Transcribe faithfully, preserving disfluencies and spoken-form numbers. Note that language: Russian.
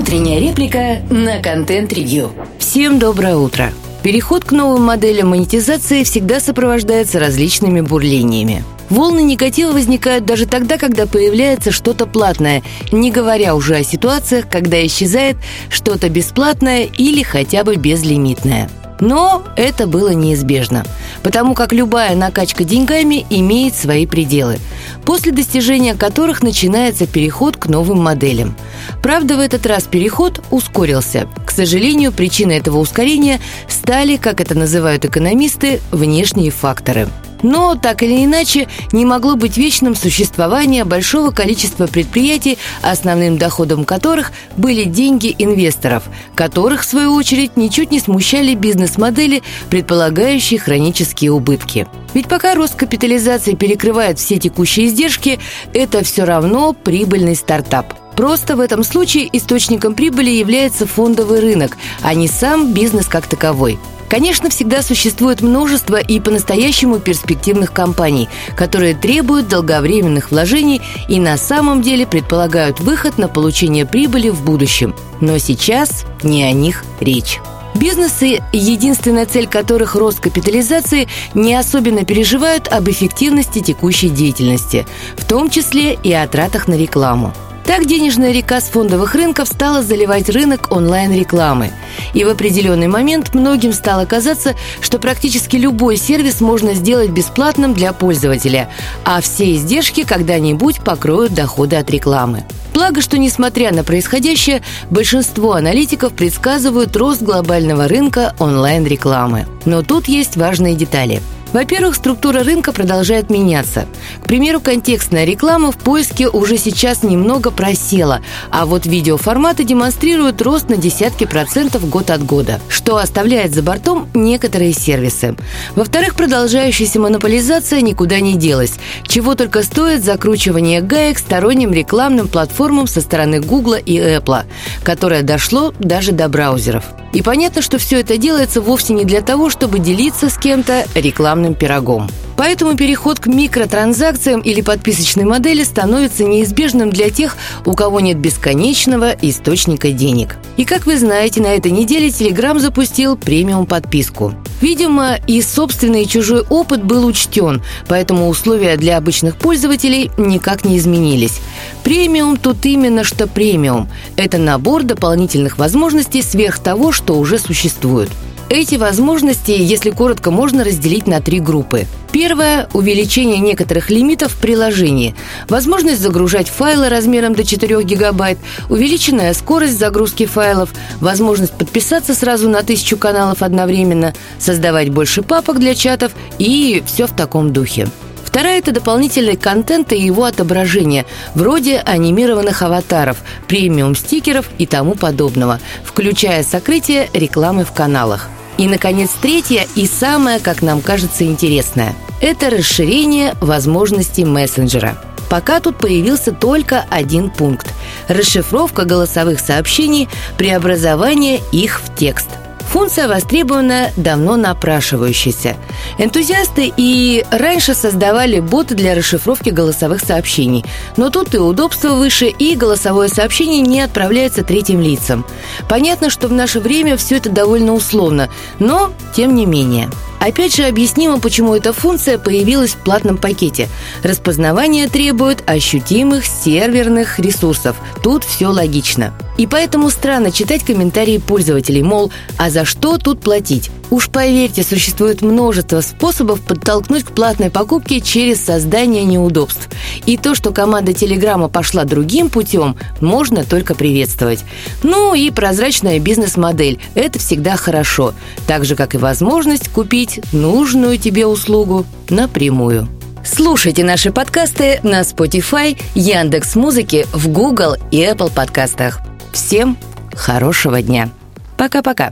Утренняя реплика на контент-ревью. Всем доброе утро. Переход к новым моделям монетизации всегда сопровождается различными бурлениями. Волны негатива возникают даже тогда, когда появляется что-то платное, не говоря уже о ситуациях, когда исчезает что-то бесплатное или хотя бы безлимитное. Но это было неизбежно, потому как любая накачка деньгами имеет свои пределы, после достижения которых начинается переход к новым моделям. Правда, в этот раз переход ускорился. К сожалению, причиной этого ускорения стали, как это называют экономисты, внешние факторы. Но, так или иначе, не могло быть вечным существование большого количества предприятий, основным доходом которых были деньги инвесторов, которых, в свою очередь, ничуть не смущали бизнес-модели, предполагающие хронические убытки. Ведь пока рост капитализации перекрывает все текущие издержки, это все равно прибыльный стартап. Просто в этом случае источником прибыли является фондовый рынок, а не сам бизнес как таковой. Конечно, всегда существует множество и по-настоящему перспективных компаний, которые требуют долговременных вложений и на самом деле предполагают выход на получение прибыли в будущем. Но сейчас не о них речь. Бизнесы, единственная цель которых рост капитализации, не особенно переживают об эффективности текущей деятельности, в том числе и о тратах на рекламу. Так денежная река с фондовых рынков стала заливать рынок онлайн-рекламы. И в определенный момент многим стало казаться, что практически любой сервис можно сделать бесплатным для пользователя, а все издержки когда-нибудь покроют доходы от рекламы. Благо, что, несмотря на происходящее, большинство аналитиков предсказывают рост глобального рынка онлайн-рекламы. Но тут есть важные детали. Во-первых, структура рынка продолжает меняться. К примеру, контекстная реклама в поиске уже сейчас немного просела, а вот видеоформаты демонстрируют рост на десятки процентов год от года, что оставляет за бортом некоторые сервисы. Во-вторых, продолжающаяся монополизация никуда не делась, чего только стоит закручивание гаек сторонним рекламным платформам со стороны Гугла и Эппла, которое дошло даже до браузеров. И понятно, что все это делается вовсе не для того, чтобы делиться с кем-то рекламным пирогом. Поэтому переход к микротранзакциям или подписочной модели становится неизбежным для тех, у кого нет бесконечного источника денег. И, как вы знаете, на этой неделе Telegram запустил премиум-подписку. Видимо, и собственный и чужой опыт был учтен, поэтому условия для обычных пользователей никак не изменились. Премиум тут именно что премиум. Это набор дополнительных возможностей сверх того, что уже существует. Эти возможности, если коротко, можно разделить на три группы. Первое – увеличение некоторых лимитов в приложении, возможность загружать файлы размером до четырех гигабайт, увеличенная скорость загрузки файлов, возможность подписаться сразу на тысячу каналов одновременно, создавать больше папок для чатов и все в таком духе. Вторая – это дополнительный контент и его отображение, вроде анимированных аватаров, премиум-стикеров и тому подобного, включая сокрытие рекламы в каналах. И, наконец, третье и самое, как нам кажется, интересное – это расширение возможностей мессенджера. Пока тут появился только один пункт – расшифровка голосовых сообщений, преобразование их в текст. Функция востребована, давно напрашивающаяся. Энтузиасты и раньше создавали боты для расшифровки голосовых сообщений. Но тут и удобство выше, и голосовое сообщение не отправляется третьим лицам. Понятно, что в наше время все это довольно условно, но тем не менее. Опять же, объяснимо, почему эта функция появилась в платном пакете. Распознавание требует ощутимых серверных ресурсов. Тут все логично. И поэтому странно читать комментарии пользователей, мол, а за что тут платить? Уж поверьте, существует множество способов подтолкнуть к платной покупке через создание неудобств. И то, что команда Телеграма пошла другим путем, можно только приветствовать. Ну и прозрачная бизнес-модель – это всегда хорошо. Так же, как и возможность купить нужную тебе услугу напрямую. Слушайте наши подкасты на Spotify, Яндекс.Музыке, в Google и Apple подкастах. Всем хорошего дня. Пока-пока.